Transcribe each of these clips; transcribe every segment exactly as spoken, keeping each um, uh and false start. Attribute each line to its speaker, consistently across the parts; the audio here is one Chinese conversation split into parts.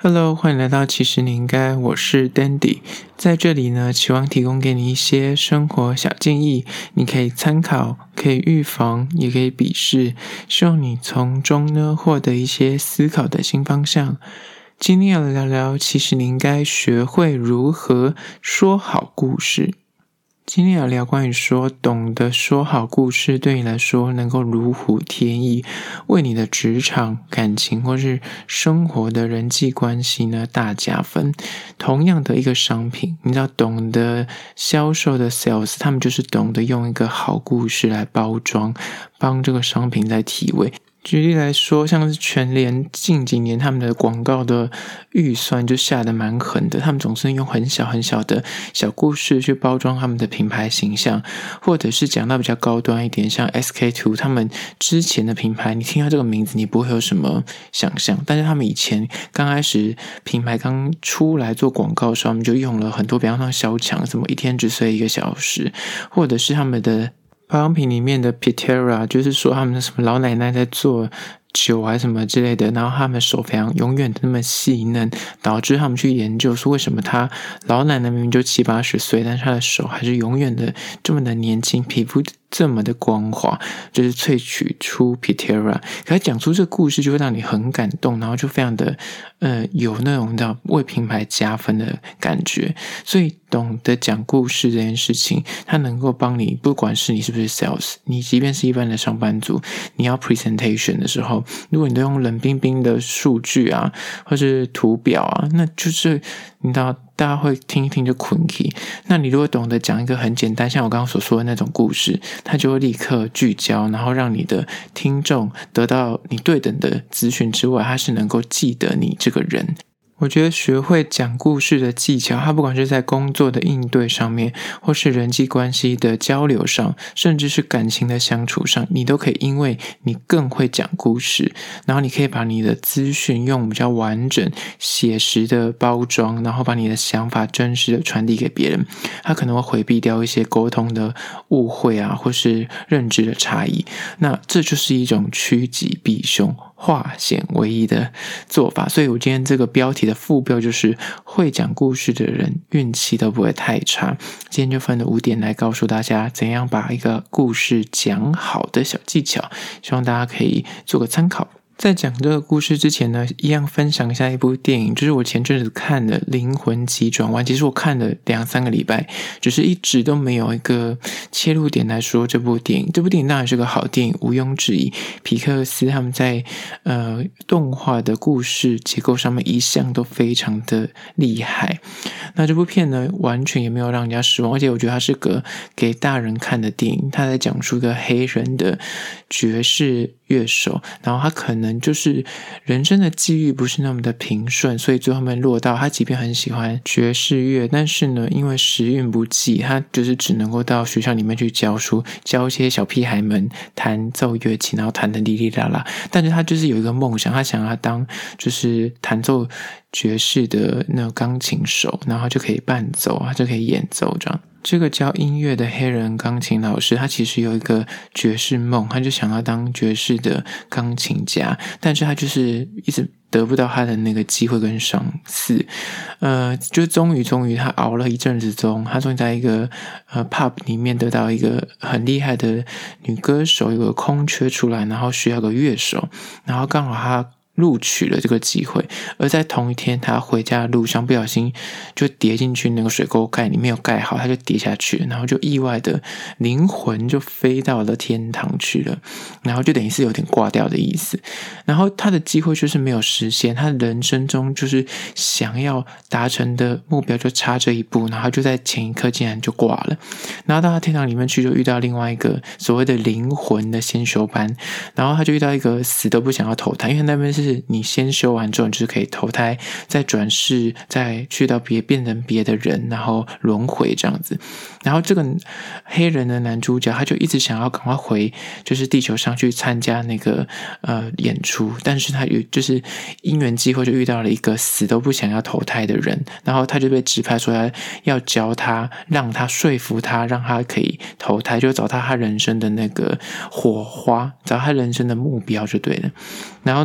Speaker 1: Hello， 欢迎来到其实你应该，我是 Dandy， 在这里呢，期望提供给你一些生活小建议，你可以参考，可以预防，也可以鄙视，希望你从中呢获得一些思考的新方向。今天要来聊聊，其实你应该学会如何说好故事。今天要聊关于说懂得说好故事对你来说能够如虎添翼，为你的职场、感情或是生活的人际关系呢大加分。同样的一个商品，你知道懂得销售的 sales， 他们就是懂得用一个好故事来包装，帮这个商品来提味。举例来说，像是全联近几年他们的广告的预算就下得蛮狠的，他们总是用很小很小的小故事去包装他们的品牌形象，或者是讲到比较高端一点，像 S K two 他们之前的品牌，你听到这个名字你不会有什么想象，但是他们以前刚开始品牌刚出来做广告的时候，他们就用了很多，比方说小强什么一天只睡一个小时，或者是他们的保养品里面的 Pitera， 就是说他们的什么老奶奶在做酒还是什么之类的，然后他们手非常永远的那么细嫩，导致他们去研究说为什么他老奶奶明明就七八十岁，但是他的手还是永远的这么的年轻，皮肤这么的光滑，就是萃取出 Pitera。 可他讲出这个故事就会让你很感动，然后就非常的呃有那种叫为品牌加分的感觉。所以懂得讲故事这件事情，它能够帮你，不管是你是不是 sales， 你即便是一般的上班族，你要 presentation 的时候，如果你都用冷冰冰的数据啊或是图表啊，那就是你知道大家会听一听就困起。那你如果懂得讲一个很简单，像我刚刚所说的那种故事，它就会立刻聚焦，然后让你的听众得到你对等的资讯之外，他是能够记得你这个人。我觉得学会讲故事的技巧，它不管是在工作的应对上面，或是人际关系的交流上，甚至是感情的相处上，你都可以因为你更会讲故事，然后你可以把你的资讯用比较完整写实的包装，然后把你的想法真实的传递给别人，他可能会回避掉一些沟通的误会啊，或是认知的差异。那这就是一种趋吉避凶、化险为夷的做法。所以我今天这个标题的副标就是会讲故事的人运气都不会太差。今天就分了五点来告诉大家怎样把一个故事讲好的小技巧，希望大家可以做个参考。在讲这个故事之前呢，一样分享一下一部电影，就是我前阵子看的《灵魂急转弯》。其实我看了两三个礼拜，只是一直都没有一个切入点来说这部电影。这部电影当然是个好电影，毋庸置疑。皮克斯他们在呃动画的故事结构上面一向都非常的厉害。那这部片呢，完全也没有让人家失望，而且我觉得它是个给大人看的电影。它在讲述一个黑人的爵士乐手，然后他可能就是人生的际遇不是那么的平顺，所以最后面落到他即便很喜欢爵士乐，但是呢因为时运不济，他就是只能够到学校里面去教书，教一些小屁孩们弹奏乐器，然后弹得哩哩啦啦。但是他就是有一个梦想，他想要当就是弹奏爵士的那种钢琴手，然后就可以伴奏，他就可以演奏这样。这个教音乐的黑人钢琴老师，他其实有一个爵士梦，他就想要当爵士的钢琴家，但是他就是一直得不到他的那个机会跟赏识，呃，就终于终于他熬了一阵子中，他终于在一个呃 pub 里面得到一个很厉害的女歌手，有个空缺出来，然后需要个乐手，然后刚好他录取了这个机会，而在同一天他回家的路上不小心就跌进去那个水沟盖里没有盖好，他就跌下去，然后就意外的灵魂就飞到了天堂去了，然后就等于是有点挂掉的意思。然后他的机会就是没有实现，他的人生中就是想要达成的目标就差这一步，然后就在前一刻竟然就挂了。然后到他天堂里面去就遇到另外一个所谓的灵魂的先修班，然后他就遇到一个死都不想要投胎，因为那边是你先修完之后你就是可以投胎再转世再去到别变成别的人，然后轮回这样子。然后这个黑人的男主角他就一直想要赶快回就是地球上去参加那个呃演出，但是他就是因缘机会就遇到了一个死都不想要投胎的人，然后他就被指派说要要教他，让他说服他，让他可以投胎，就找他他人生的那个火花，找他人生的目标就对了。然后呢他就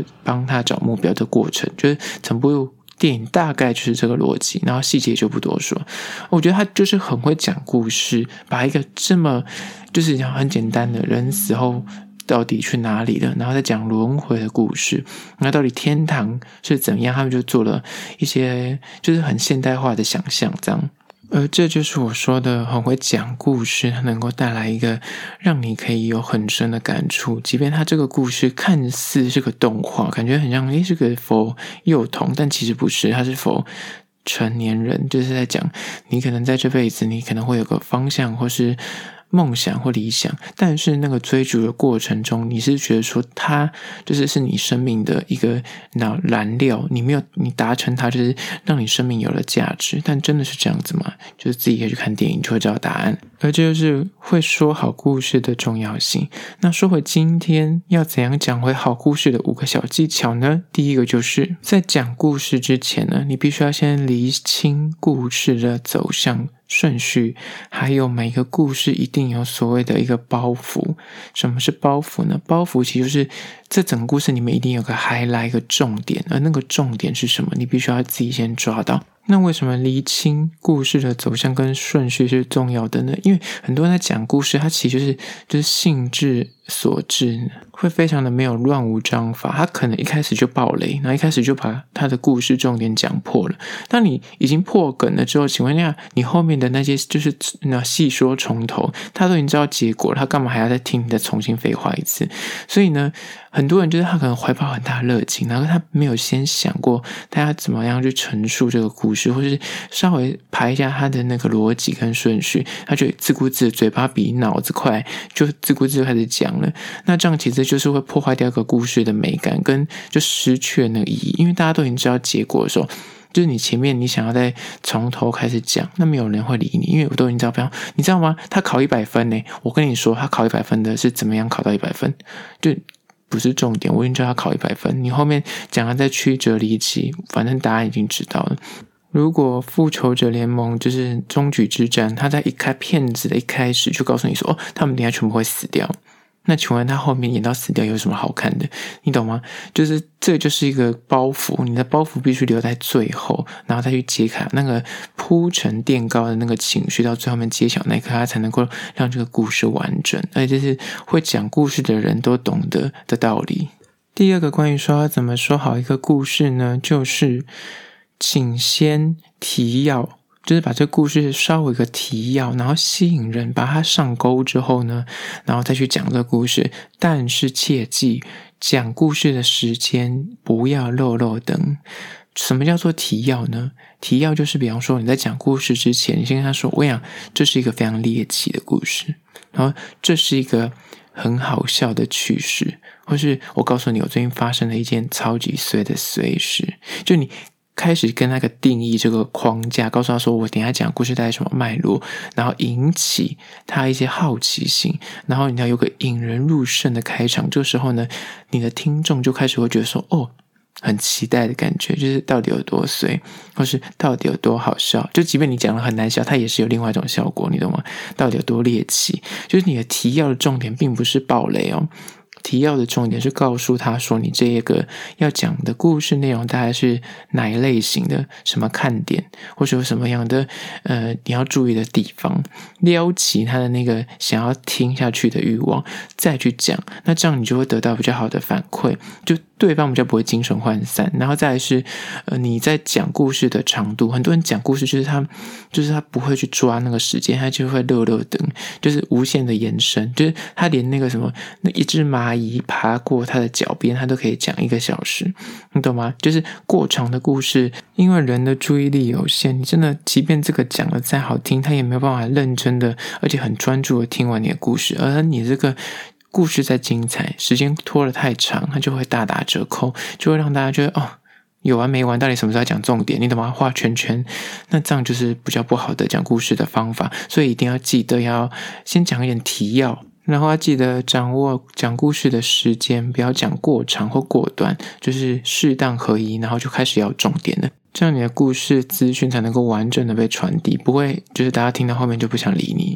Speaker 1: 帮他找目标的过程，就是整部电影大概就是这个逻辑，然后细节就不多说。我觉得他就是很会讲故事，把一个这么就是讲很简单的人死后到底去哪里了，然后再讲轮回的故事，那到底天堂是怎样，他们就做了一些就是很现代化的想象这样。而这就是我说的很会讲故事，它能够带来一个让你可以有很深的感触，即便它这个故事看似是个动画，感觉很像诶是个 for 幼童，但其实不是，它是 for 成年人，就是在讲你可能在这辈子你可能会有个方向或是梦想或理想，但是那个追逐的过程中，你是觉得说它就是是你生命的一个燃料，你没有你达成它，就是让你生命有了价值。但真的是这样子吗？就是自己可以去看电影就会知道答案。而这就是会说好故事的重要性。那说回今天要怎样讲回好故事的五个小技巧呢？第一个就是在讲故事之前呢，你必须要先厘清故事的走向顺序，还有每个故事一定有所谓的一个包袱。什么是包袱呢？包袱其实就是这整个故事里面一定有个 highlight 一个重点，而那个重点是什么，你必须要自己先抓到。那为什么厘清故事的走向跟顺序是重要的呢？因为很多人在讲故事，他其实就是就是兴致所致，会非常的没有乱无章法，他可能一开始就爆雷，然后一开始就把他的故事重点讲破了。当你已经破梗了之后，请问一下，你后面的那些就是那细说从头，他都已经知道结果了，他干嘛还要再听你再重新废话一次？所以呢，很多人就是他可能怀抱很大的热情，然后他没有先想过他要怎么样去陈述这个故事，或是稍微排一下他的那个逻辑跟顺序，他就自顾自嘴巴比脑子快，就自顾自就开始讲了。那这样其实就是会破坏掉一个故事的美感，跟就失去了那个意义。因为大家都已经知道结果的时候，就是你前面你想要再从头开始讲，那没有人会理你，因为我都已经知道，比方你知道吗？他考一百分呢，我跟你说他考一百分的是怎么样考到一百分，就不是重点，我已经知道他考一百分，你后面讲的再曲折离奇，反正答案已经知道了。如果复仇者联盟就是终局之战，他在一开片子的一开始就告诉你说，哦，他们等一下全部会死掉，那请问他后面演到死掉有什么好看的？你懂吗？就是这就是一个包袱，你的包袱必须留在最后，然后再去揭开那个铺陈垫高的那个情绪，到最后面揭晓那一刻，他才能够让这个故事完整。而且这是会讲故事的人都懂得的道理。第二个关于说要怎么说好一个故事呢，就是请先提要，就是把这个故事稍微一个提要，然后吸引人，把它上钩之后呢，然后再去讲这个故事。但是切记，讲故事的时间不要漏漏灯。什么叫做提要呢？提要就是比方说你在讲故事之前，你先跟他说，我想这是一个非常猎奇的故事，然后这是一个很好笑的趣事，或是我告诉你我最近发生了一件超级衰的衰事，就你开始跟那个定义这个框架，告诉他说我等一下讲故事大概什么脉络，然后引起他一些好奇心，然后你要有个引人入胜的开场。这个时候呢，你的听众就开始会觉得说，哦，很期待的感觉，就是到底有多衰，或是到底有多好笑。就即便你讲得很难笑，它也是有另外一种效果，你懂吗？到底有多猎奇，就是你的提要的重点并不是爆雷哦，提要的重点是告诉他说你这一个要讲的故事内容大概是哪一类型的，什么看点，或者有什么样的呃你要注意的地方，撩起他的那个想要听下去的欲望，再去讲。那这样你就会得到比较好的反馈，就对方比较不会精神涣散。然后再来是呃你在讲故事的长度，很多人讲故事就是他就是他不会去抓那个时间，他就会乐乐等，就是无限的延伸，就是他连那个什么那一只蚂蚁爬过他的脚边，他都可以讲一个小时，你懂吗？就是过长的故事，因为人的注意力有限，你真的即便这个讲的再好听，他也没有办法认真的而且很专注的听完你的故事，而你这个故事再精彩，时间拖得太长，它就会大打折扣，就会让大家觉得哦，有完没完，到底什么时候讲重点，你懂吗？画圈圈，那这样就是比较不好的讲故事的方法。所以一定要记得要先讲一点提要，然后要记得掌握讲故事的时间，不要讲过长或过短，就是适当合宜，然后就开始要重点了，这样你的故事资讯才能够完整的被传递，不会就是大家听到后面就不想理你。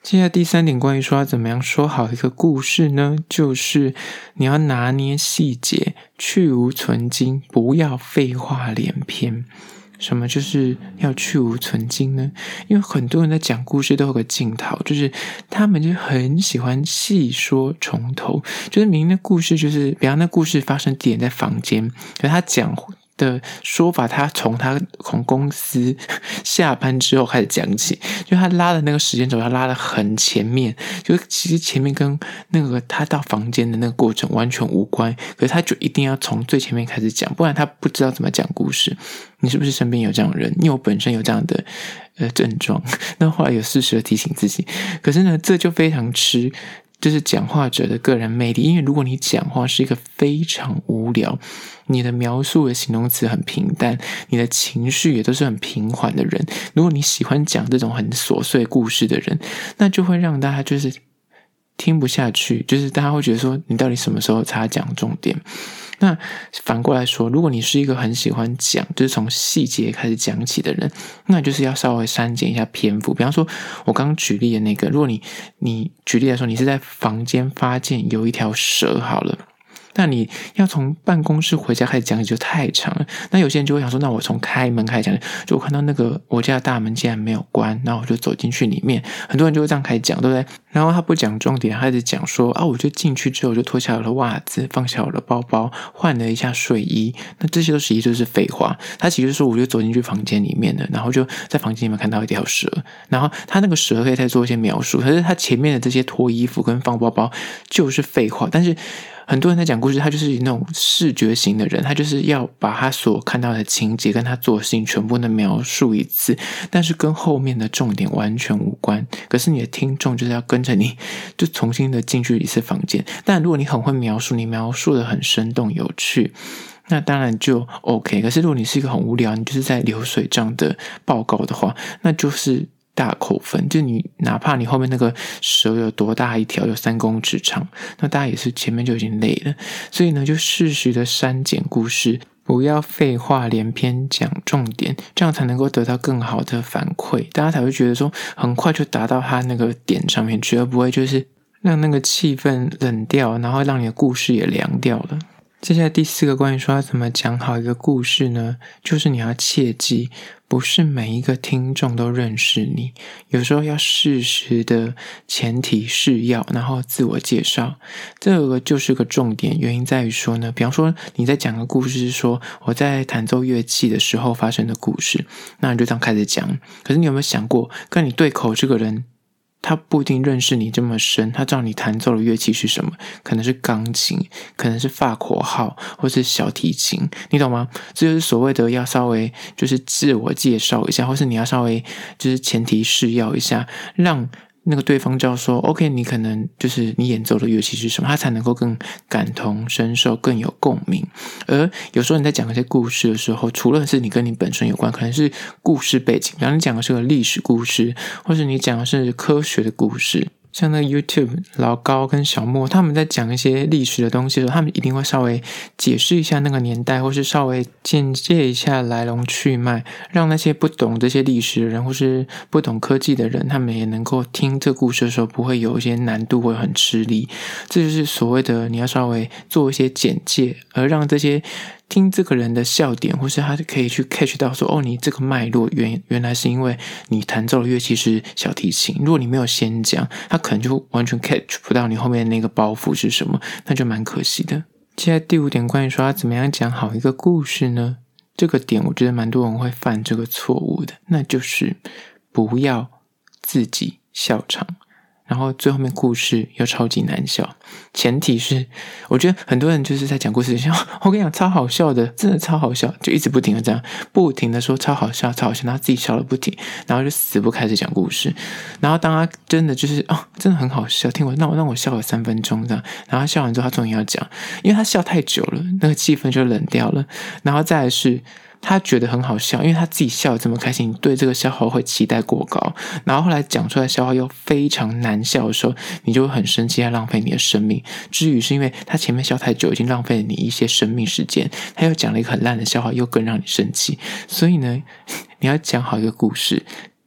Speaker 1: 接下来第三点，关于说要怎么样说好一个故事呢，就是你要拿捏细节，去无存菁，不要废话连篇。什么就是要去无存菁呢？因为很多人在讲故事都有个镜头，就是他们就很喜欢细说从头，就是明明那故事就是比方那故事发生地点在房间，可是他讲的说法，他从他从公司下班之后开始讲起，就他拉的那个时间轴，他拉的很前面，就其实前面跟那个他到房间的那个过程完全无关，可是他就一定要从最前面开始讲，不然他不知道怎么讲故事。你是不是身边有这样的人？因为我本身有这样的呃症状，那后来有适时的提醒自己，可是呢，这就非常吃就是讲话者的个人魅力，因为如果你讲话是一个非常无聊，你的描述的形容词很平淡，你的情绪也都是很平缓的人，如果你喜欢讲这种很琐碎故事的人，那就会让大家就是听不下去，就是大家会觉得说你到底什么时候才讲重点。那反过来说，如果你是一个很喜欢讲就是从细节开始讲起的人，那就是要稍微删减一下篇幅。比方说我刚刚举例的那个，如果你你举例来说，你是在房间发现有一条蛇好了，那你要从办公室回家开始讲起就太长了，那有些人就会想说，那我从开门开始讲，就我看到那个我家的大门竟然没有关，然后我就走进去里面，很多人就会这样开始讲，对不对？然后他不讲重点，他就讲说啊，我就进去之后我就脱下我的袜子，放下我的包包，换了一下睡衣，那这些都实际就是废话。他其实说我就走进去房间里面了，然后就在房间里面看到一条蛇，然后他那个蛇可以再做一些描述，可是他前面的这些脱衣服跟放包包就是废话。但是很多人在讲故事，他就是那种视觉型的人，他就是要把他所看到的情节跟他做的事情全部的描述一次，但是跟后面的重点完全无关。可是你的听众就是要跟着你就重新的进去一次房间，但如果你很会描述，你描述的很生动有趣，那当然就 OK。 可是如果你是一个很无聊，你就是在流水账的报告的话，那就是大扣分，就你哪怕你后面那个蛇有多大一条，有三公尺长，那大家也是前面就已经累了。所以呢，就适时的删减故事，不要废话连篇讲重点，这样才能够得到更好的反馈，大家才会觉得说很快就达到他那个点上面去，而不会就是让那个气氛冷掉，然后让你的故事也凉掉了。接下来第四个关于说要怎么讲好一个故事呢，就是你要切记，不是每一个听众都认识你，有时候要适时的前提示要，然后自我介绍，这个就是个重点。原因在于说呢，比方说你在讲个故事是说我在弹奏乐器的时候发生的故事，那你就这样开始讲，可是你有没有想过跟你对口这个人他不一定认识你这么深，他知道你弹奏的乐器是什么，可能是钢琴，可能是法国号，或是小提琴，你懂吗？这就是所谓的要稍微就是自我介绍一下，或是你要稍微就是前提示要一下，让那个对方知道说 OK 你可能就是你演奏的乐器是什么，他才能够更感同身受，更有共鸣。而有时候你在讲一些故事的时候，除了是你跟你本身有关，可能是故事背景，比方你讲的是个历史故事，或是你讲的是科学的故事，像那个 YouTube 老高跟小莫他们在讲一些历史的东西的时候，他们一定会稍微解释一下那个年代，或是稍微简介一下来龙去脉，让那些不懂这些历史的人或是不懂科技的人，他们也能够听这故事的时候不会有一些难度或很吃力。这就是所谓的你要稍微做一些简介，而让这些听这个人的笑点，或是他可以去 catch 到说，哦，你这个脉络原原来是因为你弹奏的乐器是小提琴。如果你没有先讲，他可能就完全 catch 不到你后面那个包袱是什么，那就蛮可惜的。接下来第五点，关于说要怎么样讲好一个故事呢？这个点我觉得蛮多人会犯这个错误的，那就是不要自己笑场，然后最后面故事又超级难笑。前提是我觉得很多人就是在讲故事像我跟你讲超好笑的，真的超好笑，就一直不停的这样不停的说超好笑超好笑，然后自己笑了不停，然后就死不开始讲故事。然后当他真的就是哦真的很好笑，听我让我让我笑了三分钟这样，然后他笑完之后他终于要讲，因为他笑太久了，那个气氛就冷掉了。然后再来是他觉得很好笑，因为他自己笑得这么开心，你对这个笑话会期待过高，然后后来讲出来的笑话又非常难笑的时候，你就会很生气，他浪费你的生命。至于是因为他前面笑太久，已经浪费了你一些生命时间，他又讲了一个很烂的笑话，又更让你生气。所以呢，你要讲好一个故事，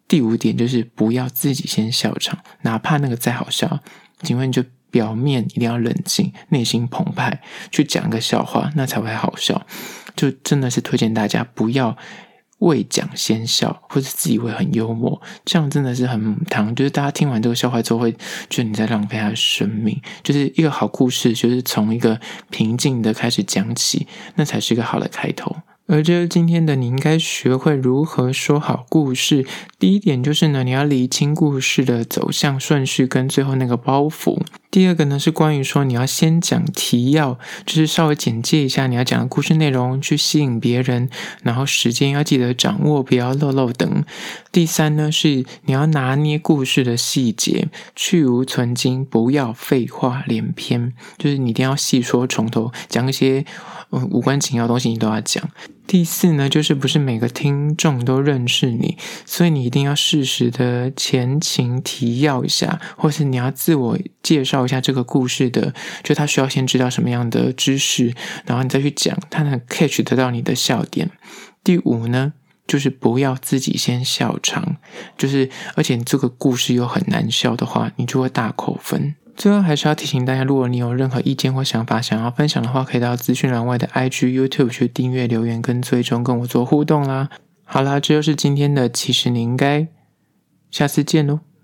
Speaker 1: 第五点就是不要自己先笑场，哪怕那个再好笑，请问你就表面一定要冷静，内心澎湃，去讲个笑话，那才会好笑。就真的是推荐大家不要未讲先笑，或者自以为很幽默，这样真的是很母汤。就是大家听完这个笑话之后会觉得你在浪费他的生命。就是一个好故事就是从一个平静的开始讲起，那才是一个好的开头。而这是今天的你应该学会如何说好故事。第一点就是呢，你要厘清故事的走向顺序跟最后那个包袱。第二个呢是关于说你要先讲提要，就是稍微简介一下你要讲的故事内容，去吸引别人，然后时间要记得掌握，不要漏漏等。第三呢是你要拿捏故事的细节，去无存精，不要废话连篇，就是你一定要细说从头，讲一些、呃、无关紧要的东西你都要讲。第四呢就是不是每个听众都认识你，所以你一定要适时的前情提要一下，或是你要自我介绍一下这个故事的，就他需要先知道什么样的知识，然后你再去讲，他能 catch 得到你的笑点。第五呢就是不要自己先笑场，就是而且这个故事又很难笑的话，你就会大扣分。最后还是要提醒大家，如果你有任何意见或想法想要分享的话，可以到资讯栏外的 I G、YouTube 去订阅、留言跟追踪，跟我做互动啦。好啦，这就是今天的其实你应该，下次见咯。